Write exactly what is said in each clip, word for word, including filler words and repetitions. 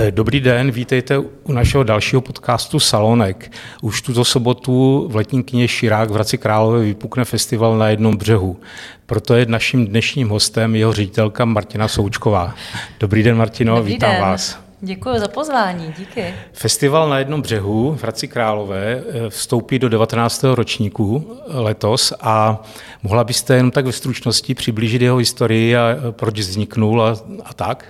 Dobrý den, vítejte u našeho dalšího podcastu Salonek. Už tuto sobotu v letním kině Širák v Hradci Králové vypukne festival Na jednom břehu. Proto je naším dnešním hostem jeho ředitelka Martina Součková. Dobrý den, Martino, Dobrý vítám den. vás. Děkuji za pozvání, díky. Festival Na jednom břehu v Hradci Králové vstoupí do devatenáctého ročníku letos a mohla byste jenom tak ve stručnosti přiblížit jeho historii a proč vzniknul a, a tak?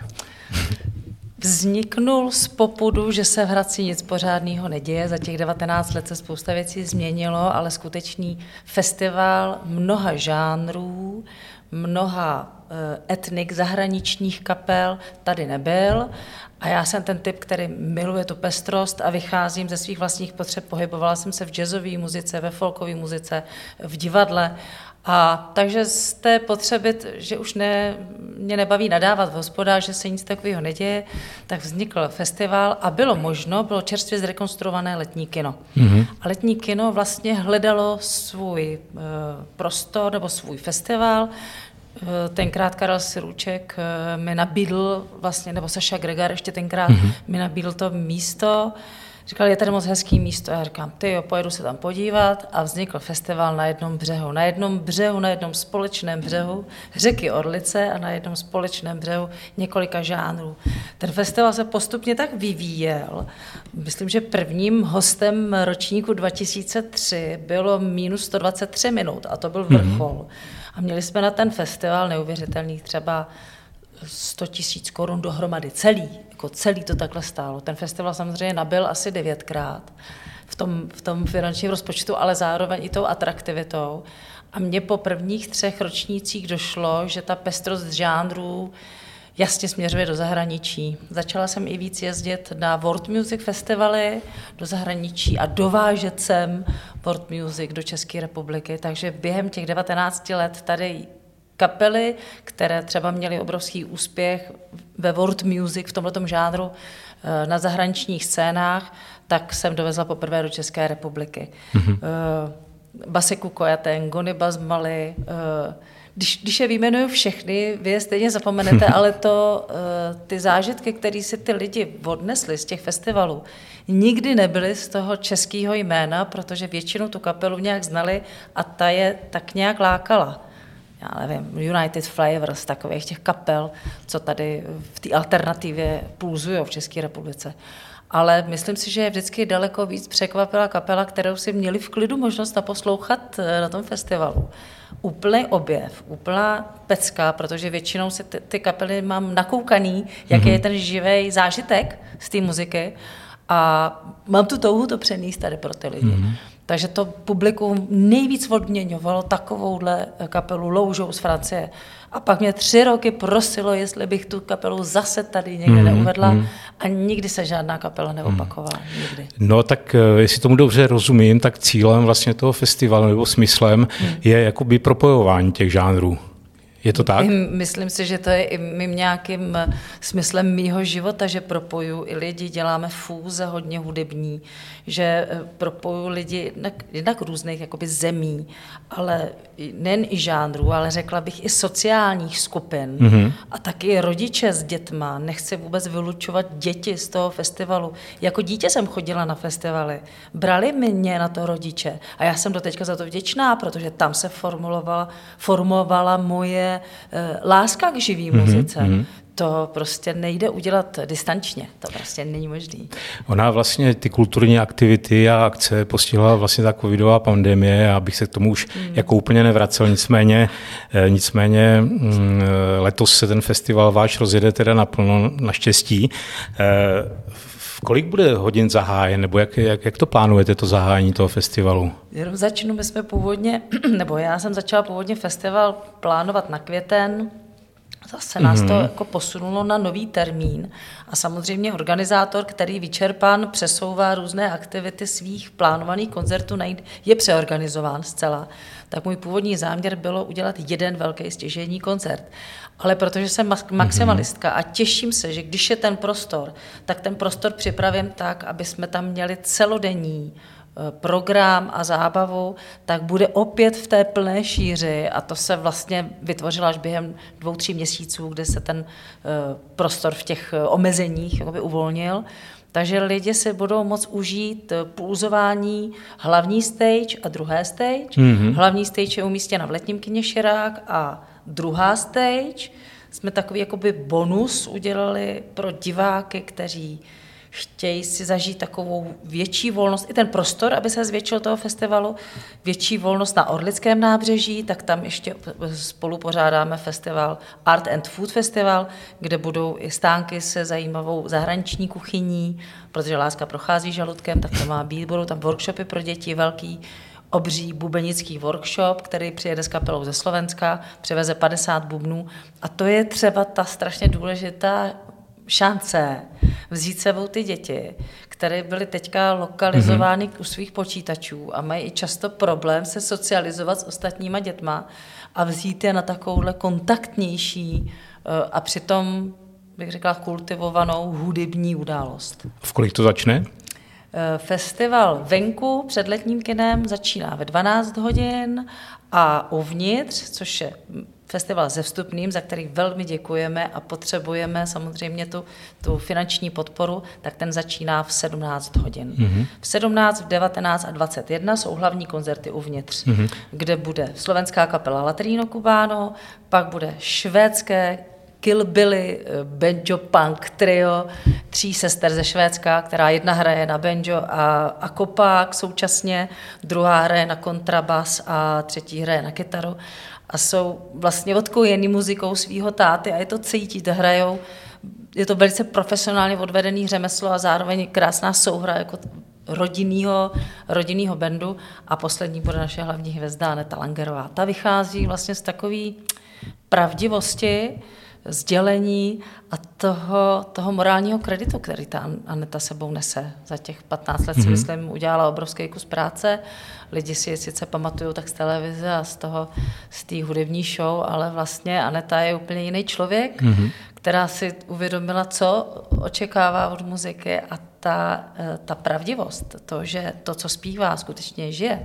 Vzniknul z popudu, že se v Hradci nic pořádného neděje. Za těch devatenáct let se spousta věcí změnilo, ale skutečný festival mnoha žánrů, mnoha etnik, zahraničních kapel tady nebyl. A já jsem ten typ, který miluje tu pestrost a vycházím ze svých vlastních potřeb. Pohybovala jsem se v jazzové muzice, ve folkové muzice, v divadle. A takže z té potřeby, že už ne, mě nebaví nadávat v hospodách, že se nic takového neděje, tak vznikl festival a bylo možno, bylo čerstvě zrekonstruované letní kino. Mm-hmm. A letní kino vlastně hledalo svůj uh, prostor nebo svůj festival. Tenkrát Karel Sirůček mi nabídl, vlastně, nebo Saša Gregar ještě tenkrát mm-hmm. mi nabídl to místo. Říkal, je tady moc hezký místo. Já říkám, ty jo, pojedu se tam podívat a vznikl festival Na jednom břehu. Na jednom břehu, na jednom společném břehu řeky Orlice a na jednom společném břehu několika žánrů. Ten festival se postupně tak vyvíjel. Myslím, že prvním hostem ročníku dva tisíce tři bylo minus sto dvacet tři minut a to byl vrchol. Mm-hmm. A měli jsme na ten festival neuvěřitelných třeba sto tisíc korun dohromady. Celý, jako celý to takhle stálo. Ten festival samozřejmě nabyl asi devětkrát v tom, v tom finančním rozpočtu, ale zároveň i tou atraktivitou. A mně po prvních třech ročnících došlo, že ta pestrost žánrů jasně směřuje do zahraničí. Začala jsem i víc jezdit na World Music festivaly do zahraničí a dovážet sem World Music do České republiky. Takže během těch devatenácti let tady kapely, které třeba měly obrovský úspěch ve World Music v tomhletom žánru na zahraničních scénách, tak jsem dovezla poprvé do České republiky. Mm-hmm. Baseku Kojaten, Gony Basmali, Když, když je vyjmenuju všechny, vy je stejně zapomenete, ale to, ty zážitky, které si ty lidi odnesli z těch festivalů, nikdy nebyly z toho českého jména, protože většinou tu kapelu nějak znali a ta je tak nějak lákala. Já nevím, United Flavors, takových těch kapel, co tady v té alternativě pulzují v České republice. Ale myslím si, že je vždycky daleko víc překvapila kapela, kterou si měli v klidu možnost naposlouchat na tom festivalu. Úplný objev, úplná pecka, protože většinou si ty, ty kapely mám nakoukaný, jaký mm-hmm. je ten živý zážitek z té muziky a mám tu touhu to přenést tady pro ty lidi. Mm-hmm. Takže to publikum nejvíc odměňovalo takovouhle kapelu Loužou z Francie. A pak mě tři roky prosilo, jestli bych tu kapelu zase tady někde mm, neuvedla mm. a nikdy se žádná kapela neopakovala. Mm. Nikdy. No tak jestli tomu dobře rozumím, tak cílem vlastně toho festivalu nebo smyslem mm. je jakoby propojování těch žánrů. Je to tak? Myslím si, že to je i mým nějakým smyslem mýho života, že propoju i lidi, děláme fúze hodně hudební, že propoju lidi jednak, jednak různých jakoby zemí, ale nejen i žánrů, ale řekla bych i sociálních skupin mm-hmm. a taky rodiče s dětma. Nechci vůbec vylučovat děti z toho festivalu. Jako dítě jsem chodila na festivaly, brali mě na to rodiče a já jsem doteďka za to vděčná, protože tam se formulovala, formovala moje láska k živý muzice. Mm-hmm. To prostě nejde udělat distančně, to prostě není možný. Ona vlastně ty kulturní aktivity a akce postihla vlastně ta covidová pandemie, abych se k tomu už mm. jako úplně nevracel, nicméně, nicméně letos se ten festival váš rozjede teda naplno, naštěstí. V kolik bude hodin zahájen, nebo jak, jak, jak to plánujete, to zahájení toho festivalu? Jenom začnu, my jsme původně, nebo já jsem začala původně festival plánovat na květen, zase nás mm-hmm. to jako posunulo na nový termín a samozřejmě organizátor, který vyčerpán přesouvá různé aktivity svých plánovaných koncertů, je přeorganizován zcela. Tak můj původní záměr bylo udělat jeden velký stěžejní koncert. Ale protože jsem maximalistka a těším se, že když je ten prostor, tak ten prostor připravím tak, aby jsme tam měli celodenní program a zábavu, tak bude opět v té plné šíři a to se vlastně vytvořilo až během dvou, tří měsíců, kde se ten prostor v těch omezeních jakoby uvolnil. Takže lidi si budou moct užít pulzování hlavní stage a druhé stage. Mm-hmm. Hlavní stage je umístěna v Letním kině Širák a druhá stage jsme takový jakoby bonus udělali pro diváky, kteří chtějí si zažít takovou větší volnost, i ten prostor, aby se zvětšil toho festivalu, větší volnost na Orlickém nábřeží, tak tam ještě spolu pořádáme festival Art and Food Festival, kde budou i stánky se zajímavou zahraniční kuchyní, protože láska prochází žaludkem, tak to má být, budou tam workshopy pro děti, velký obří bubenický workshop, který přijede s kapelou ze Slovenska, přiveze padesát bubnů a to je třeba ta strašně důležitá šance vzít sebou ty děti, které byly teďka lokalizovány mm-hmm. u svých počítačů a mají i často problém se socializovat s ostatníma dětma a vzít je na takovouhle kontaktnější a přitom, bych řekla, kultivovanou hudební událost. V kolik to začne? Festival venku před Letním kinem začíná ve dvanáct hodin a uvnitř, což je festival se vstupným, za který velmi děkujeme a potřebujeme samozřejmě tu, tu finanční podporu, tak ten začíná v sedmnáct hodin. Mm-hmm. V sedmnáct, v devatenáct a dvacet jedna jsou hlavní koncerty uvnitř, mm-hmm. kde bude slovenská kapela Latrino Cubano, pak bude švédské Kill Billy, banjo punk trio, tří sester ze Švédska, která jedna hraje na banjo a, a kopák současně, druhá hraje na kontrabas a třetí hraje na kytaru. A jsou vlastně odkojený muzikou svýho táty a je to cítit, hrajou. Je to velice profesionálně odvedený řemeslo a zároveň krásná souhra jako rodinnýho, rodinnýho bandu. A poslední bude naše hlavní hvězda Aneta Langerová. Ta vychází vlastně z takové pravdivosti, sdělení a toho, toho morálního kreditu, který ta Aneta sebou nese. Za těch patnáct let si mm-hmm. myslím udělala obrovský kus práce. Lidi si je sice pamatují tak z televize a z toho, z té hudební show, ale vlastně Aneta je úplně jiný člověk, mm-hmm. která si uvědomila, co očekává od muziky a ta, ta pravdivost, to, že to, co zpívá, skutečně žije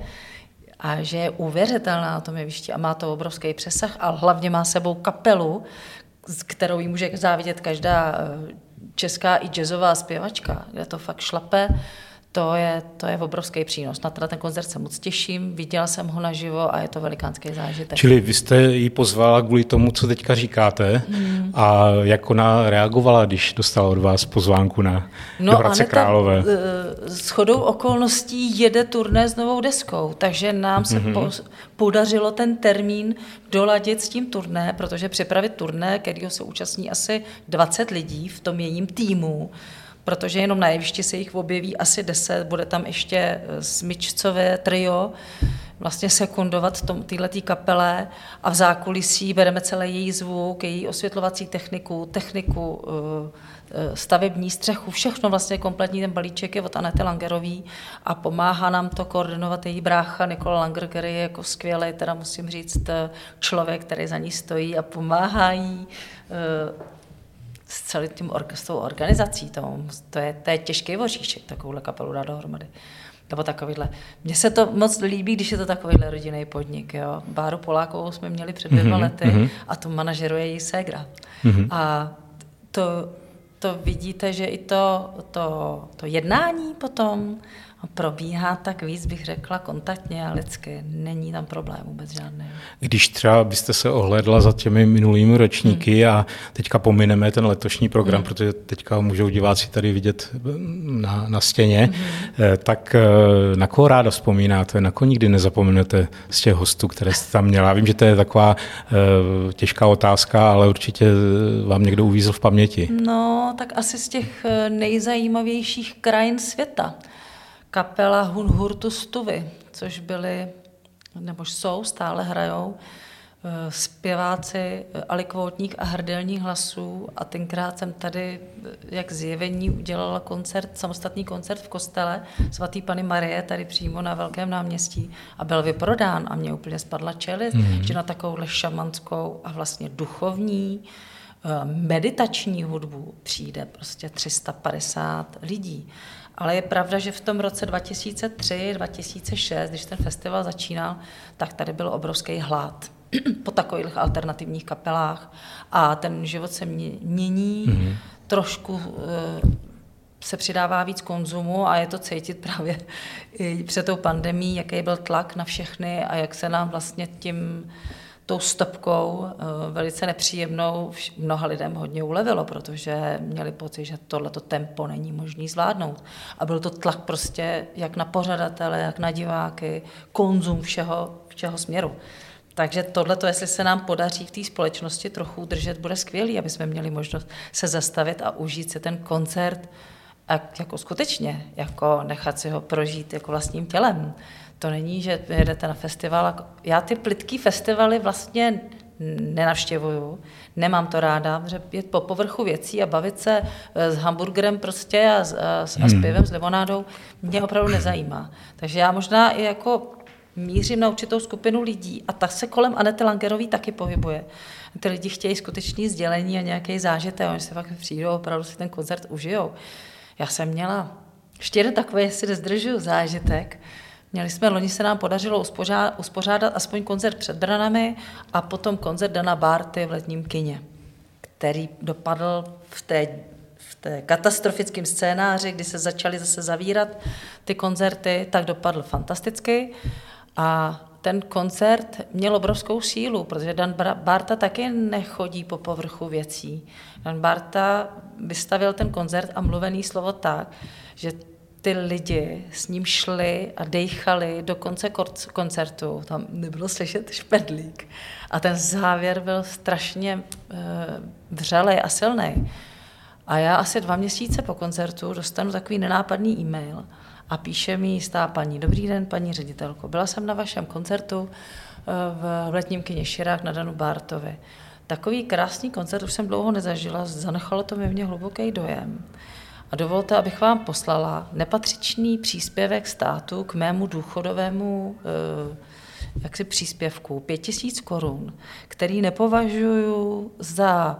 a že je uvěřitelná na tom jevišti a má to obrovský přesah a hlavně má sebou kapelu, s kterou jí může závidět každá česká i jazzová zpěvačka, kde to fakt šlape, to je, to je obrovský přínos. Na ten koncert se moc těším, viděla jsem ho naživo a je to velikánský zážitek. Čili vy jste ji pozvala kvůli tomu, co teďka říkáte hmm. a jak ona reagovala, když dostala od vás pozvánku na no, do Hradce Králové? Shodou okolností jede turné s novou deskou, takže nám se hmm. po, podařilo ten termín doladit s tím turné, protože připravit turné, kterého se účastní asi dvacet lidí v tom jejím týmu, protože jenom na jevišti se jich objeví asi deset, bude tam ještě smyčcové trio, vlastně sekundovat této kapele a v zákulisí bereme celý její zvuk, její osvětlovací techniku, techniku, stavební střechu, všechno vlastně kompletní ten balíček je od Anety Langerový a pomáhá nám to koordinovat její brácha Nikola Langer, který je jako skvělý, teda musím říct, člověk, který za ní stojí a pomáhá jí s celým tím s tou organizací. Tomu. To, je, to je těžký voříšek, takovouhle kapelu dát dohromady. Nebo takovýhle. Mně se to moc líbí, když je to takovýhle rodinný podnik. Jo. Báru Polákovou jsme měli před dvěma mm-hmm, lety mm-hmm. a tu manažeruje její ségra. Mm-hmm. A to, to vidíte, že i to, to, to jednání potom probíhá tak víc, bych řekla, kontaktně a lidsky. Není tam problém vůbec žádný. Když třeba byste se ohlédla za těmi minulými ročníky hmm. a teďka pomineme ten letošní program, hmm. protože teďka můžou diváci tady vidět na, na stěně, hmm. tak na koho ráda vzpomínáte, na koho nikdy nezapomenete z těch hostů, které jste tam měla? Vím, že to je taková uh, těžká otázka, ale určitě vám někdo uvízl v paměti. No, tak asi z těch nejzajímavějších krajin světa. Kapela Hunhurtu Tuvy, což byli, nebo jsou, stále hrajou, zpěváci alikvótních a hrdelních hlasů a tenkrát jsem tady, jak zjevení, udělala koncert, samostatný koncert v kostele svatý Panny Marie, tady přímo na Velkém náměstí a byl vyprodán a mě úplně spadla čelist, mm-hmm. že na takovouhle šamanskou a vlastně duchovní meditační hudbu přijde prostě tři sta padesát lidí. Ale je pravda, že v tom roce dva tisíce tři, dva tisíce šest, když ten festival začínal, tak tady byl obrovský hlad po takových alternativních kapelách a ten život se mění, mm-hmm. trošku se přidává víc konzumu a je to cítit právě i před tou pandemií, jaký byl tlak na všechny a jak se nám vlastně tím tou stopkou velice nepříjemnou mnoha lidem hodně ulevilo, protože měli pocit, že tohleto tempo není možný zvládnout. A byl to tlak prostě jak na pořadatele, jak na diváky, konzum všeho, všeho směru. Takže tohleto, jestli se nám podaří v té společnosti trochu udržet, bude skvělý, aby jsme měli možnost se zastavit a užít si ten koncert a jako skutečně, jako nechat si ho prožít jako vlastním tělem. To není, že jedete na festival. Já ty plytký festivaly vlastně nenavštěvuju, nemám to ráda, že jet po povrchu věcí a bavit se s hamburgerem prostě a s, a s, a s pivem, s limonádou, mě opravdu nezajímá. Takže já možná i jako mířím na určitou skupinu lidí a ta se kolem Anety Langerový taky pohybuje. Ty lidi chtějí skutečný sdělení a nějaký zážitek, oni se fakt přijdou, opravdu si ten koncert užijou. Já jsem měla ještě jeden takový, jestli nezdržuju, zážitek. Měli jsme, loni se nám podařilo uspořádat, uspořádat aspoň koncert před Branami a potom koncert Dana Barty v Letním kině, který dopadl v té, v té katastrofickém scénáři, kdy se začaly zase zavírat ty koncerty, tak dopadl fantasticky. A ten koncert měl obrovskou sílu, protože Dan Barta taky nechodí po povrchu věcí. Dan Barta vystavil ten koncert a mluvený slovo tak, že ty lidi s ním šli a dejchali do konce koncertu. Tam nebylo slyšet špendlík. A ten závěr byl strašně uh, vřelej a silný. A já asi dva měsíce po koncertu dostanu takový nenápadný e-mail a píše mi jistá paní: Dobrý den, paní ředitelko, byla jsem na vašem koncertu v Letním kině Širák na Danu Bartovi. Takový krásný koncert už jsem dlouho nezažila, zanechalo to mi v mě hluboký dojem. A dovolte, abych vám poslala nepatřičný příspěvek státu k mému důchodovému jaksi příspěvku pět tisíc korun, který nepovažuji za,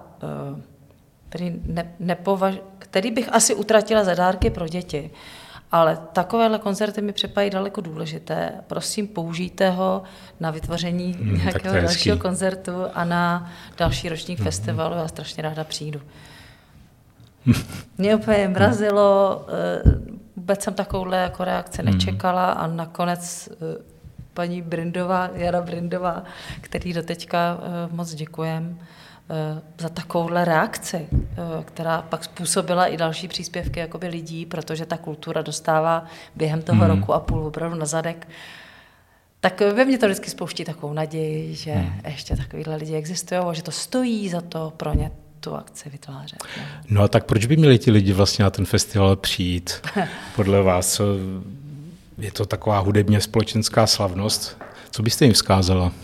který, ne, nepovaž, který bych asi utratila za dárky pro děti. Ale takovéhle koncerty mi připadají daleko důležité. Prosím, použijte ho na vytvoření mm, nějakého dalšího koncertu a na další ročník mm. festivalu. Já strašně ráda přijdu. Mě úplně mrazilo, vůbec jsem takovouhle jako reakci nečekala a nakonec paní Brindová, Jana Brindová, který doteďka moc děkujem za takovouhle reakci, která pak způsobila i další příspěvky jakoby lidí, protože ta kultura dostává během toho hmm. roku a půl opravdu na zadek. Tak ve mně to vždycky spouští takovou naději, že hmm. ještě takovýhle lidi existují a že to stojí za to pro ně tu akci vytvářet. Ne? No a tak proč by měli ti lidi vlastně na ten festival přijít? Podle vás je to taková hudebně společenská slavnost. Co byste jim vzkázala?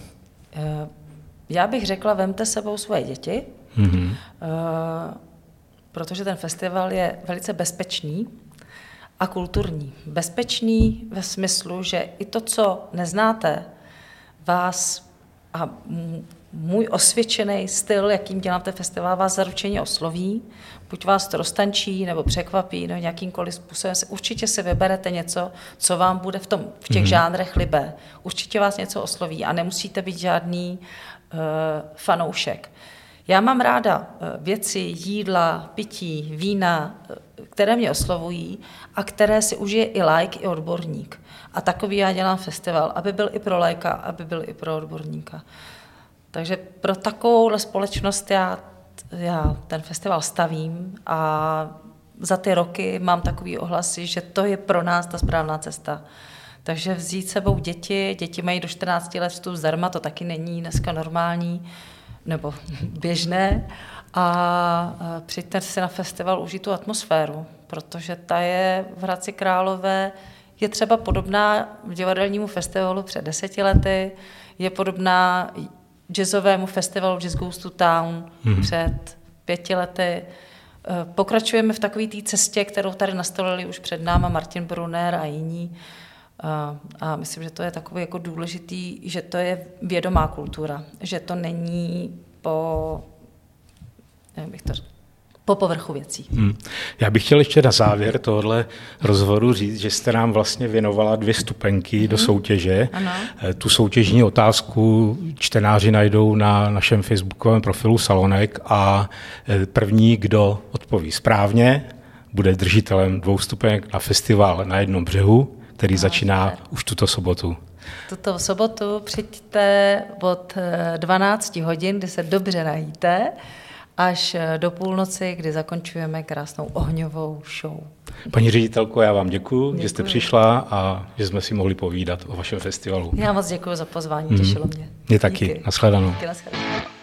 Já bych řekla, vemte sebou svoje děti, mm-hmm. protože ten festival je velice bezpečný a kulturní. Bezpečný ve smyslu, že i to, co neznáte, vás a můj osvědčený styl, jakým dělám ten festival, vás zaručeně osloví. Buď vás to roztančí, nebo překvapí, nebo nějakýmkoliv způsobem. Určitě si vyberete něco, co vám bude v, tom, v těch mm-hmm. žánrech libé. Určitě vás něco osloví a nemusíte být žádný uh, fanoušek. Já mám ráda věci, jídla, pití, vína, které mě oslovují a které si užije i laik, i odborník. A takový já dělám festival, aby byl i pro laika, aby byl i pro odborníka. Takže pro takovouhle společnost já, já ten festival stavím a za ty roky mám takový ohlasy, že to je pro nás ta správná cesta. Takže vzít sebou děti, děti mají do čtrnácti let vstup zdarma, to taky není dneska normální nebo běžné a přijďte si na festival užít tu atmosféru, protože ta je v Hradci Králové, je třeba podobná divadelnímu festivalu před deseti lety, je podobná jazzovému festivalu Jazz Goes to Town mm-hmm. před pěti lety. Pokračujeme v takové té cestě, kterou tady nastolili už před náma Martin Brunner a jiní. A myslím, že to je takový jako důležitý, že to je vědomá kultura, že to není po jak bych to řekl, po povrchu věcí. Hmm. Já bych chtěl ještě na závěr tohohle rozhovoru říct, že jste nám vlastně věnovala dvě stupenky hmm. do soutěže. Ano. Tu soutěžní otázku čtenáři najdou na našem facebookovém profilu Salonek a první, kdo odpoví správně, bude držitelem dvou stupenek na festival Na jednom břehu, který no, začíná super. Už tuto sobotu. Tuto sobotu přijďte od dvanácti hodin, kdy se dobře najíte, až do půlnoci, kdy zakončujeme krásnou ohňovou show. Paní ředitelko, já vám děkuju, děkuju, že jste přišla a že jsme si mohli povídat o vašem festivalu. Já moc děkuju za pozvání, těšilo mě. Mě taky. Naschledanou. Díky, naschledanou.